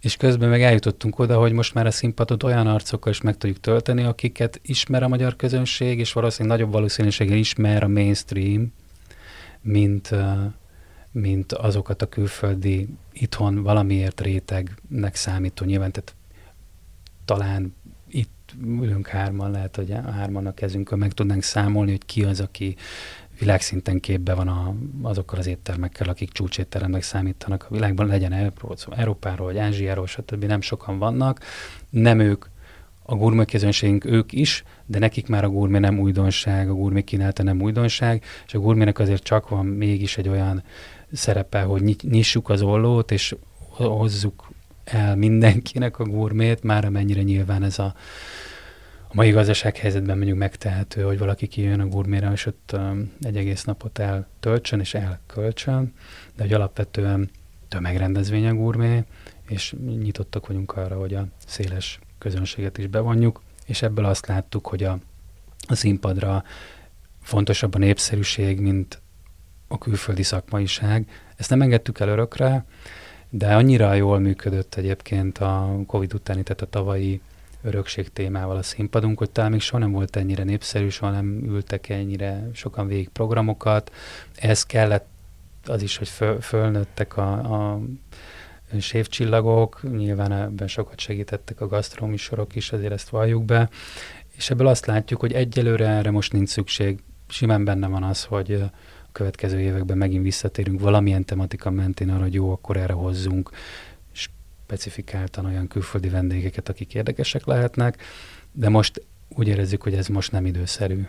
és közben meg eljutottunk oda, hogy most már a színpadot olyan arcokkal is meg tudjuk tölteni, akiket ismer a magyar közönség, és valószínűleg nagyobb valószínűséggel ismer a mainstream, mint, mint azokat a külföldi itthon valamiért rétegnek számító nyilván. Tehát talán itt ülünk hárman, lehet, hogy a hárman a kezünkön meg tudnánk számolni, hogy ki az, aki világszinten képbe van a, azokkal az éttermekkel, akik csúcsétteremnek számítanak a világban, legyen Európáról, vagy Ázsiáról, stb. Nem sokan vannak. Nem ők, a gurmé közönségünk ők is, de nekik már a gurmé nem újdonság, a gurmé kínálta nem újdonság, és a gurmének azért csak van mégis egy olyan szerepe, hogy nyissuk az ollót, és hozzuk el mindenkinek a gurmét, már amennyire nyilván ez a A mai gazdasághelyzetben mondjuk megtehető, hogy valaki kijön a gurméra, és ott um, egy egész napot eltöltsön és elköltsön, de hogy alapvetően tömegrendezvény a gurmé, és nyitottak vagyunk arra, hogy a széles közönséget is bevonjuk, és ebből azt láttuk, hogy a, a színpadra fontosabb a népszerűség, mint a külföldi szakmaiság. Ezt nem engedtük el örökre, de annyira jól működött egyébként a Covid utáni, tehát a tavalyi örökség témával a színpadunk, hogy talán még soha nem volt ennyire népszerű, soha nem ültek ennyire sokan végig programokat. Ez kellett az is, hogy föl, fölnőttek a, a sévcsillagok, nyilván ebben sokat segítettek a gasztróműsorok is, azért ezt valljuk be, és ebből azt látjuk, hogy egyelőre erre most nincs szükség. Simán benne van az, hogy a következő években megint visszatérünk valamilyen tematika mentén arra, hogy jó, akkor erre hozzunk specifikáltan olyan külföldi vendégeket, akik érdekesek lehetnek, de most úgy érezzük, hogy ez most nem időszerű.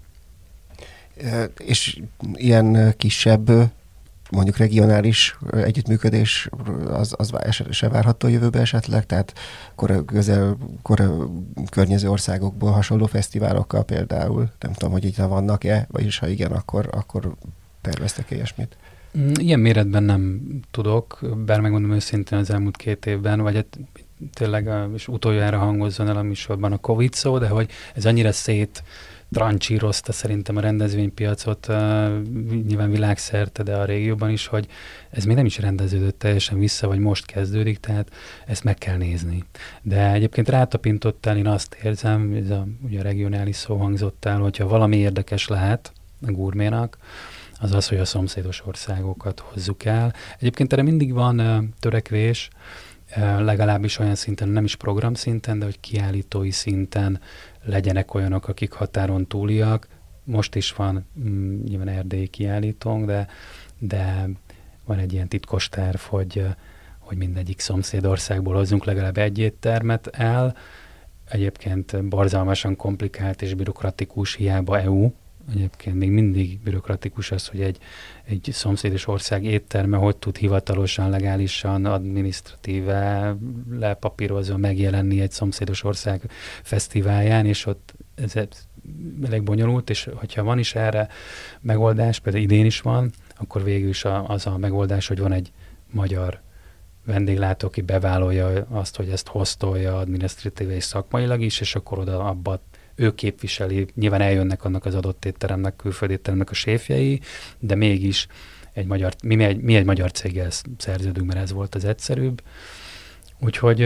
E, és ilyen kisebb, mondjuk regionális együttműködés az, az se várható a jövőbe esetleg? Tehát kor, közel, kor, környező országokból hasonló fesztiválokkal például, nem tudom, hogy itt vannak-e, vagyis ha igen, akkor, akkor terveztek ilyesmit? Ilyen méretben nem tudok, bár megmondom őszintén az elmúlt két évben, vagy hát tényleg és utoljára hangozzon el a műsorban a Covid szó, de hogy ez annyira szét trancsírozta szerintem a rendezvénypiacot, uh, nyilván világszerte, de a régióban is, hogy ez még nem is rendeződött teljesen vissza, vagy most kezdődik, tehát ezt meg kell nézni. De egyébként rátapintottál, én azt érzem, ez a, ugye a regionális szó hangzott el, hogyha valami érdekes lehet a gurménak, az az, hogy a szomszédos országokat hozzuk el. Egyébként erre mindig van uh, törekvés, uh, legalábbis olyan szinten, nem is program szinten, de hogy kiállítói szinten legyenek olyanok, akik határon túliak. Most is van mm, nyilván erdélyi kiállítónk, de, de van egy ilyen titkos terv, hogy, uh, hogy mindegyik szomszédországból hozzunk legalább egy éttermet el. Egyébként borzalmasan komplikált és bürokratikus, hiába é u. Egyébként még mindig bürokratikus az, hogy egy, egy szomszédos ország étterme hogy tud hivatalosan, legálisan, adminisztratíve lepapírozva megjelenni egy szomszédos ország fesztiválján, és ott ez elég bonyolult, és hogyha van is erre megoldás, például idén is van, akkor végül is az a megoldás, hogy van egy magyar vendéglátó, aki bevállalja azt, hogy ezt hoztolja adminisztratíve és szakmailag is, és akkor oda abba ő képviseli, nyilván eljönnek annak az adott étteremnek, külföldi étteremnek a séfjei, de mégis egy magyar, mi, egy, mi egy magyar céggel szerződünk, mert ez volt az egyszerűbb. Úgyhogy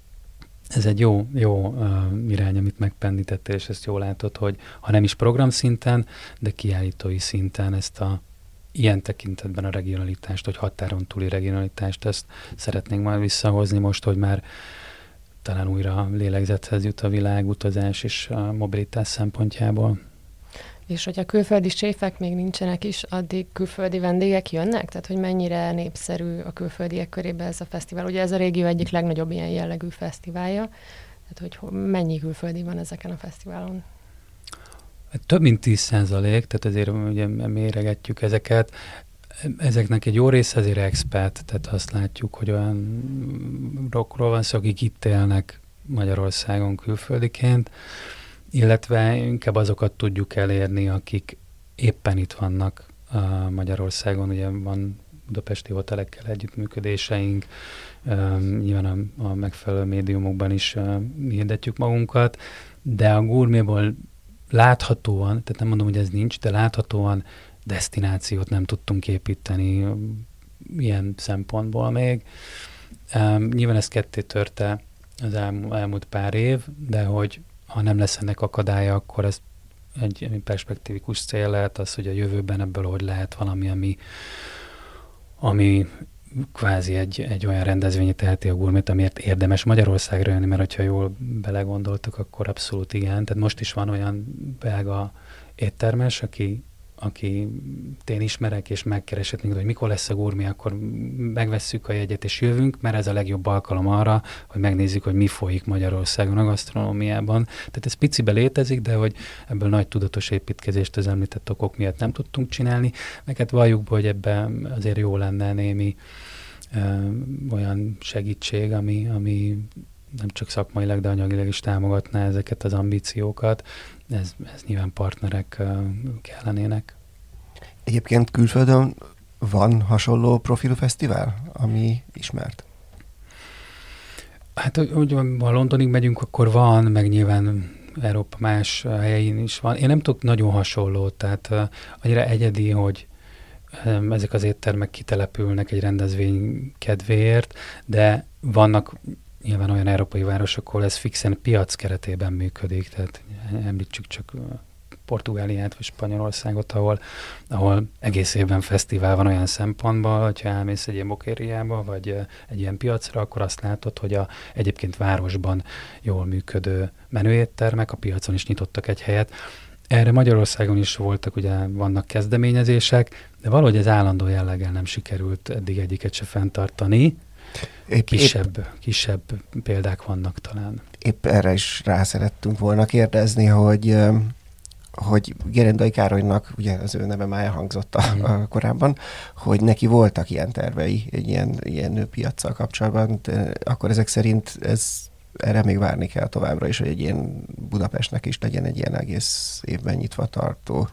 ez egy jó, jó uh, irány, amit megpendítettél, és ezt jól látod, hogy ha nem is program szinten, de kiállítói szinten ezt a ilyen tekintetben a regionalitást, vagy határon túli regionalitást, ezt szeretnénk majd visszahozni most, hogy már talán újra lélegzethez jut a világ, utazás és a mobilitás szempontjából. És hogyha külföldi séfek még nincsenek is, addig külföldi vendégek jönnek? Tehát, hogy mennyire népszerű a külföldiek körében ez a fesztivál? Ugye ez a régió egyik legnagyobb ilyen jellegű fesztiválja. Tehát, hogy mennyi külföldi van ezeken a fesztiválon? Több mint tíz százalék, tehát azért ugye méregetjük ezeket. Ezeknek egy jó része azért expat, tehát azt látjuk, hogy olyan rockról van szó, akik itt élnek Magyarországon külföldiként, illetve inkább azokat tudjuk elérni, akik éppen itt vannak uh, Magyarországon. Ugye van budapesti hotelekkel együttműködéseink, uh, nyilván a, a megfelelő médiumokban is uh, hirdetjük magunkat, de a gurméból láthatóan, tehát nem mondom, hogy ez nincs, de láthatóan desztinációt nem tudtunk építeni ilyen szempontból még. Um, nyilván ez ketté törte az elmú, elmúlt pár év, de hogy ha nem lesz ennek akadálya, akkor ez egy perspektívikus cél lehet az, hogy a jövőben ebből hogy lehet valami, ami, ami kvázi egy, egy olyan rendezvényi teheti a Gurmét, amiért érdemes Magyarországra jönni, mert hogyha jól belegondoltak, akkor abszolút igen. Tehát most is van olyan belga éttermes, aki, aki én ismerek, és megkeresett minket, hogy mikor lesz a Gurmé, akkor megvesszük a jegyet, és jövünk, mert ez a legjobb alkalom arra, hogy megnézzük, hogy mi folyik Magyarországon a gasztronómiában. Tehát ez picibe létezik, de hogy ebből nagy tudatos építkezést az említett okok miatt nem tudtunk csinálni. Meg hát valljuk be, hogy ebben azért jó lenne némi ö, olyan segítség, ami, ami nem csak szakmailag, de anyagilag is támogatná ezeket az ambíciókat. Ez, ez nyilván partnerek uh, kellenének. Egyébként külföldön van hasonló profilú fesztivál, ami ismert? Hát, hogy ha Londonig megyünk, akkor van, meg nyilván Európa más helyein is van. Én nem tudok nagyon hasonlót, tehát uh, annyira egyedi, hogy um, ezek az éttermek kitelepülnek egy rendezvény kedvéért, de vannak nyilván olyan európai városok, ahol ez fixen piac keretében működik, tehát említsük csak Portugáliát vagy Spanyolországot, ahol, ahol egész évben fesztivál van olyan szempontból, hogyha elmész egy ilyen bokériába, vagy egy ilyen piacra, akkor azt látod, hogy a egyébként városban jól működő menüéttermek a piacon is nyitottak egy helyet. Erre Magyarországon is voltak, ugye vannak kezdeményezések, de valahogy az állandó jelleggel nem sikerült eddig egyiket se fenntartani. Épp, kisebb, épp, kisebb példák vannak talán. Épp erre is rá szerettünk volna kérdezni, hogy, hogy Gerendai Károlynak, ugye az ő neve már elhangzott a, mm. a korábban, hogy neki voltak ilyen tervei egy ilyen, ilyen nőpiacsal kapcsolatban, de akkor ezek szerint ez, erre még várni kell továbbra is, hogy egy ilyen Budapestnek is legyen egy ilyen egész évben nyitva tartó.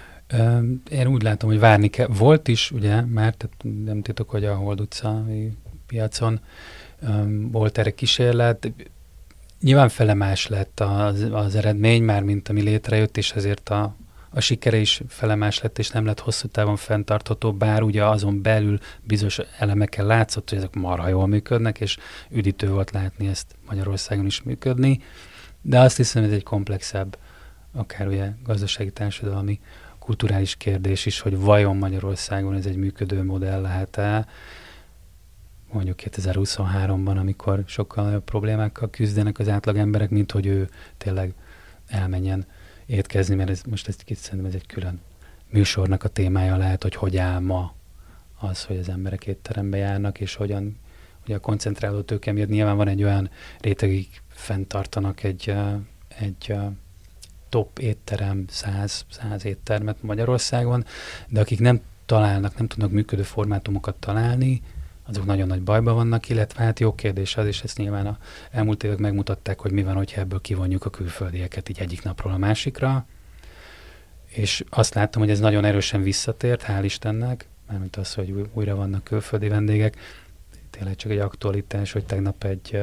Én úgy látom, hogy várni kell. Volt is, ugye, mert nem titok, hogy a Hold utcai piacon um, volt erre kísérlet. Nyilván fele más lett az, az eredmény, már mint ami létrejött, és ezért a, a sikere is fele más lett, és nem lett hosszú távon fenntartható, bár ugye azon belül bizonyos elemekkel látszott, hogy ezek marha jól működnek, és üdítő volt látni ezt Magyarországon is működni. De azt hiszem, ez egy komplexebb, akár ugye gazdasági, társadalmi, kulturális kérdés is, hogy vajon Magyarországon ez egy működő modell lehet-e, mondjuk kétezer-huszonháromban, amikor sokkal nagyobb problémákkal küzdenek az átlag emberek, mint hogy ő tényleg elmenjen étkezni, mert ez, most ezt szerintem ez egy külön műsornak a témája lehet, hogy hogy áll ma az, hogy az emberek étterembe járnak, és hogyan, ugye a koncentráló tőke miatt nyilván van egy olyan rétegig fenntartanak egy, egy top étterem, száz, száz éttermet Magyarországon, de akik nem találnak, nem tudnak működő formátumokat találni, azok nagyon nagy bajban vannak, illetve hát jó kérdés az, és ezt nyilván a elmúlt évek megmutatták, hogy mi van, hogyha ebből kivonjuk a külföldieket így egyik napról a másikra, és azt láttam, hogy ez nagyon erősen visszatért, hál' Istennek, mármint az, hogy újra vannak külföldi vendégek. Tényleg csak egy aktualitás, hogy tegnap egy,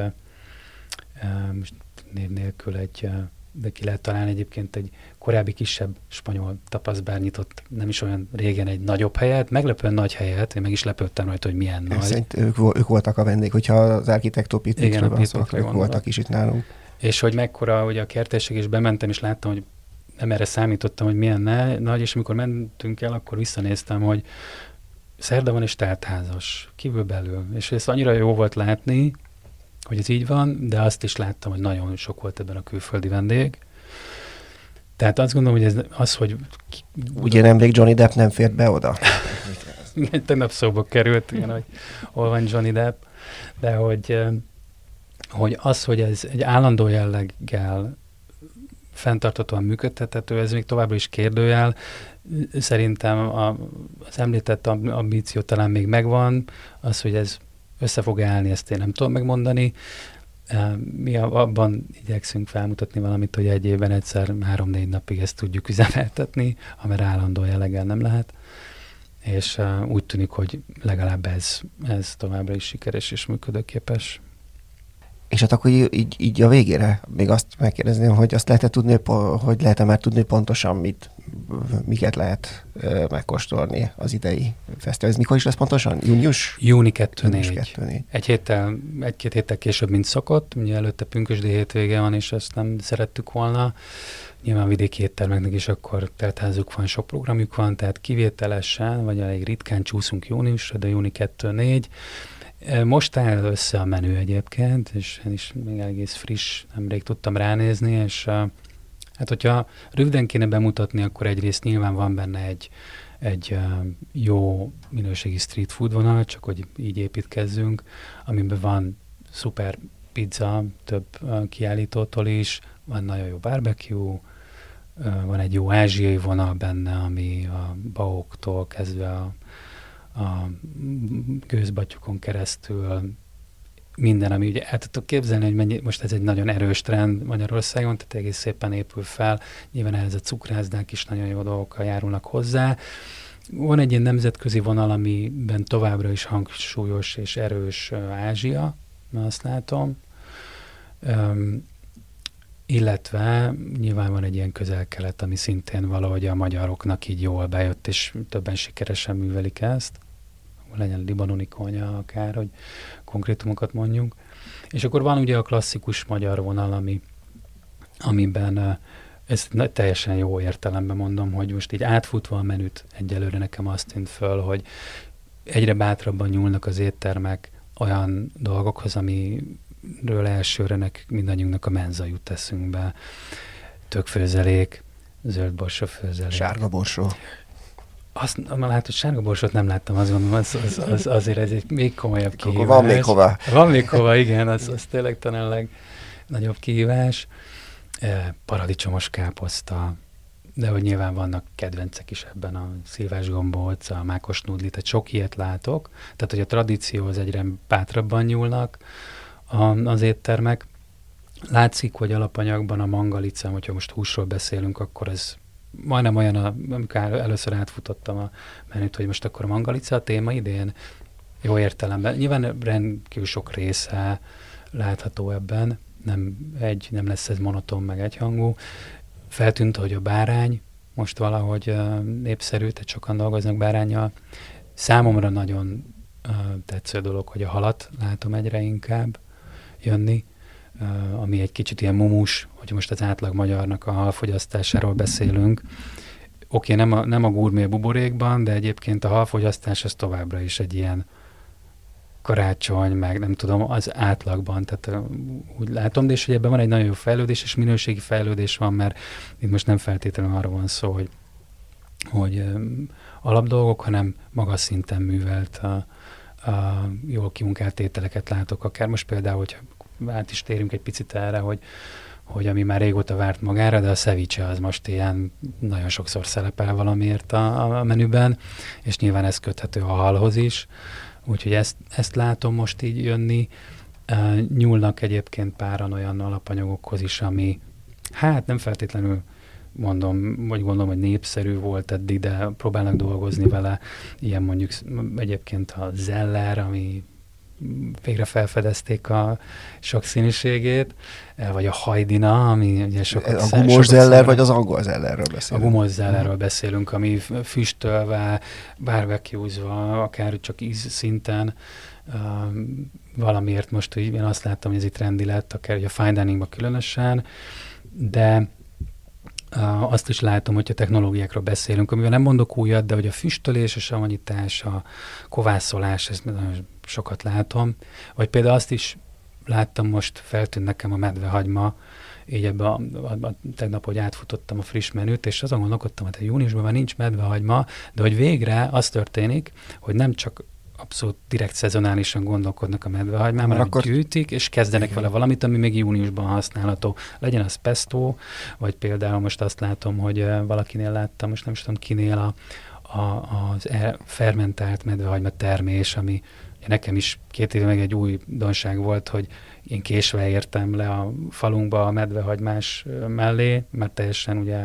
most név nélkül egy, de ki lehet találni egyébként egy korábbi kisebb spanyol tapaszbár nyitott nem is olyan régen egy nagyobb helyet, meglepően nagy helyet, én meg is lepődtem rajta, hogy milyen nagy. Szerint ők, ők voltak a vendég, hogyha az Architecto Picnicről van szó, ők voltak is itt nálunk. És hogy mekkora, ugye a kertészség, és bementem, és láttam, hogy nem erre számítottam, hogy milyen ne, nagy, és amikor mentünk el, akkor visszanéztem, hogy szerda van és teltházas, kívül belül. És ez annyira jó volt látni, hogy ez így van, de azt is láttam, hogy nagyon sok volt ebben a külföldi vendég. Tehát azt gondolom, hogy ez az, hogy... Ugye nemrég Johnny Depp nem fért be oda? Igen, tegnap szóba került, igen, hogy hol van Johnny Depp, de hogy, hogy az, hogy ez egy állandó jelleggel fenntarthatóan működtethető, ez még továbbra is kérdőjel. Szerintem a, az említett ambíció talán még megvan, az, hogy ez össze fog állni, ezt én nem tudom megmondani. Mi abban igyekszünk felmutatni valamit, hogy egy évben egyszer három-négy napig ezt tudjuk üzemeltetni, amire állandó jelleggel nem lehet. És úgy tűnik, hogy legalább ez, ez továbbra is sikeres és működőképes. És És hát akkor így, így a végére még azt megkérdezném, hogy azt lehet tudni, hogy lehet-e már tudni pontosan, mit, miket lehet ö, megkóstolni az idei fesztivál. Ez mikor is lesz pontosan? Június? Júni kettő-négy. Egy héttel, egy-két héttel később, mint szokott. Ugye előtte pünkösdi hétvége van, és ezt nem szerettük volna. Nyilván vidéki éttermeknek is akkor teltházuk van, sok programjuk van, tehát kivételesen, vagy elég ritkán csúszunk júniusra, de júni kettő-négy. Most áll össze a menü egyébként, és én is még egész friss, nemrég tudtam ránézni, és hát hogyha röviden kéne bemutatni, akkor egyrészt nyilván van benne egy, egy jó minőségi street food vonal, csak hogy így építkezzünk, amiben van szuper pizza, több kiállítótól is, van nagyon jó barbecue, van egy jó ázsiai vonal benne, ami a baoktól kezdve a, a gőzbatyukon keresztül minden, ami ugye el tudtok képzelni, hogy mennyi, most ez egy nagyon erős trend Magyarországon, tehát egész szépen épül fel, nyilván ehhez a cukrászdák is nagyon jó dolgokkal járulnak hozzá. Van egy ilyen nemzetközi vonal, amiben továbbra is hangsúlyos és erős Ázsia, azt látom. Um, illetve nyilván van egy ilyen közel-kelet, ami szintén valahogy a magyaroknak így jól bejött, és többen sikeresen művelik ezt. Legyen libanoni konya akár, hogy konkrétumokat mondjunk. És akkor van ugye a klasszikus magyar vonal, ami, amiben ezt teljesen jó értelemben mondom, hogy most így átfutva a menüt egyelőre nekem azt tűnt föl, hogy egyre bátrabban nyúlnak az éttermek olyan dolgokhoz, amiről elsőre nekünk mindannyiunknak a menza jut eszünkbe. Tökfőzelék, zöld borsó főzelék. Sárga borsó. Azt látod, sárga borsót nem láttam, azt gondolom, az, az, az, azért ez egy még komolyabb kihívás. Van még hova. Van még hova, igen, az, az tényleg talán a legnagyobb kihívás. E, paradicsomos káposzta, de hogy nyilván vannak kedvencek is ebben, a szilvás gombóc, a mákos nudli, tehát sok ilyet látok. Tehát, hogy a tradícióhoz egyre bátrabban nyúlnak a, az éttermek. Látszik, hogy alapanyagban a mangalica, hogyha most húsról beszélünk, akkor ez majdnem olyan, a, amikor először átfutottam a menüt, hogy most akkor a mangalica a téma idén, jó értelemben. Nyilván rendkívül sok része látható ebben, nem, egy, nem lesz ez monoton meg egyhangú. Feltűnt, hogy a bárány most valahogy uh, népszerű, tehát sokan dolgoznak báránnyal. Számomra nagyon uh, tetsző dolog, hogy a halat látom egyre inkább jönni, Uh, ami egy kicsit ilyen mumus, hogy most az átlag magyarnak a halfogyasztásáról beszélünk. Oké, okay, nem a, nem a gurmé buborékban, de egyébként a halfogyasztás az továbbra is egy ilyen karácsony, meg nem tudom, az átlagban, tehát uh, úgy látom, de és hogy ebben van egy nagyon jó fejlődés, és minőségi fejlődés van, mert itt most nem feltétlenül arról van szó, hogy, hogy um, alapdolgok, hanem magas szinten művelt a, a jól kimunkált ételeket látok, akár most például, hogyha át is térünk egy picit erre, hogy, hogy ami már régóta várt magára, de a ceviche az most ilyen nagyon sokszor szerepel valamiért a, a menüben, és nyilván ez köthető a halhoz is, úgyhogy ezt, ezt látom most így jönni. Uh, nyúlnak egyébként páran olyan alapanyagokhoz is, ami hát nem feltétlenül mondom, vagy gondolom, hogy népszerű volt eddig, de próbálnak dolgozni vele, ilyen mondjuk egyébként a zeller, ami végre felfedezték a sokszínűségét, vagy a hajdina, ami ugye sokat... A gumós zeller, vagy az angol zellerről beszélünk? A gumós zellerről beszélünk, ami füstölve, barbecuezva, akár csak íz szinten, uh, valamiért most úgy, én azt láttam, hogy ez itt trendi lett, akár ugye a fine diningban különösen, de Uh, azt is látom, hogy a technológiákról beszélünk, amivel nem mondok újat, de hogy a füstölés, a savanyítás, a kovászolás, ezt nagyon sokat látom. Vagy például azt is láttam, most feltűnt nekem a medvehagyma, így ebbe a, a, a tegnap, hogy átfutottam a friss menüt, és azon gondolkodtam, hogy júniusban már nincs medvehagyma, de hogy végre az történik, hogy nem csak abszolút direkt szezonálisan gondolkodnak a medvehagymán, mert akkor gyűjtik, és kezdenek igen. vele valamit, ami még júniusban használható. Legyen az pesto, vagy például most azt látom, hogy valakinél láttam, most nem is tudom kinél a, a, az fermentált medvehagyma termés, ami nekem is két éve meg egy új donság volt, hogy én késve értem le a falunkba a medvehagymás mellé, mert teljesen ugye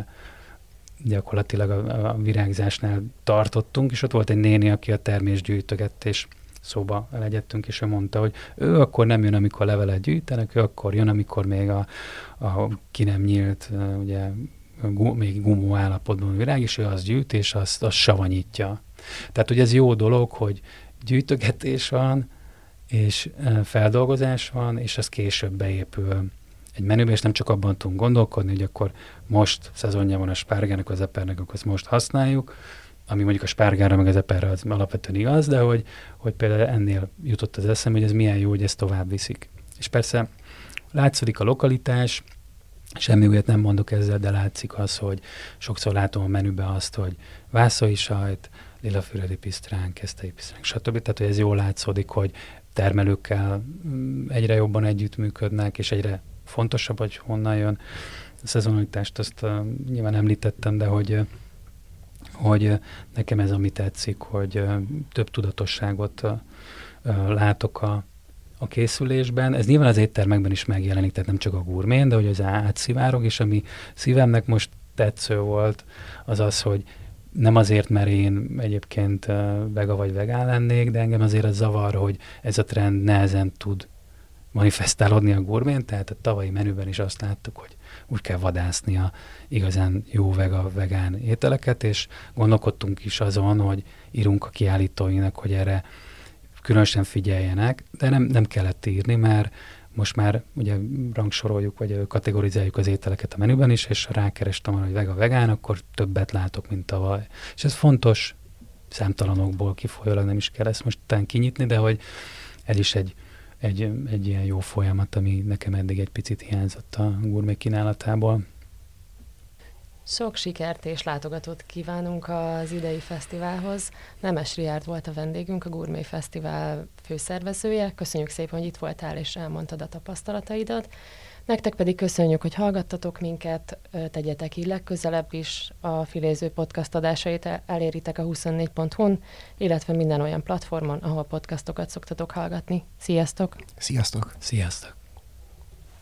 gyakorlatilag a, a virágzásnál tartottunk, és ott volt egy néni, aki a termést gyűjtögett, és szóba elegyedtünk, és ő mondta, hogy ő akkor nem jön, amikor levelet gyűjtenek, ő akkor jön, amikor még a, a ki nem nyílt, ugye gu, még gumó állapotban virág, és ő azt gyűjt, és azt, azt savanyítja. Tehát, hogy ez jó dolog, hogy gyűjtögetés van, és feldolgozás van, és az később beépül egy menübe, és nem csak abban tudunk gondolkodni, hogy akkor most szezonja van a spárgának, az epernek, akkor ezt most használjuk, ami mondjuk a spárgára, meg az eperre az alapvetően igaz, de hogy, hogy például ennél jutott az eszem, hogy ez milyen jó, hogy ezt tovább viszik. És persze látszik a lokalitás, semmi újat nem mondok ezzel, de látszik az, hogy sokszor látom a menübe azt, hogy vászói sajt, lilafüredi pisztrán, keszthelyi pisztrán, stb. Tehát, hogy ez jól látszódik, hogy termelőkkel egyre jobban együttműködnek, és egyre fontosabb, hogy honnan jön. A szezonalitást azt uh, nyilván említettem, de hogy, uh, hogy uh, nekem ez ami tetszik, hogy uh, több tudatosságot uh, uh, látok a, a készülésben. Ez nyilván az éttermekben is megjelenik, tehát nem csak a gurmén, de hogy az átszivárog, és ami szívemnek most tetsző volt, az az, hogy nem azért, mert én egyébként uh, vega vagy vegán lennék, de engem azért az zavar, hogy ez a trend nehezen tud manifestálódni a gurmén, tehát a tavalyi menüben is azt láttuk, hogy úgy kell vadászni a igazán jó vega, vegán ételeket, és gondolkodtunk is azon, hogy írunk a kiállítóinak, hogy erre különösen figyeljenek, de nem, nem kellett írni, mert most már ugye rangsoroljuk, vagy kategorizáljuk az ételeket a menüben is, és ha rákerestem arra, hogy vega, vegán, akkor többet látok, mint tavaly. És ez fontos, számtalanokból kifolyólag nem is kell ezt most után kinyitni, de hogy ez is egy Egy, egy ilyen jó folyamat, ami nekem eddig egy picit hiányzott a gurmé kínálatából. Sok sikert és látogatót kívánunk az idei fesztiválhoz. Nemes Riárd volt a vendégünk, a Gurmé Fesztivál főszervezője. Köszönjük szépen, hogy itt voltál és elmondtad a tapasztalataidat. Nektek pedig köszönjük, hogy hallgattatok minket, tegyetek így legközelebb is. A Filéző podcast adásait eléritek a huszonnégy pont hu-n, illetve minden olyan platformon, ahol podcastokat szoktatok hallgatni. Sziasztok! Sziasztok! Sziasztok!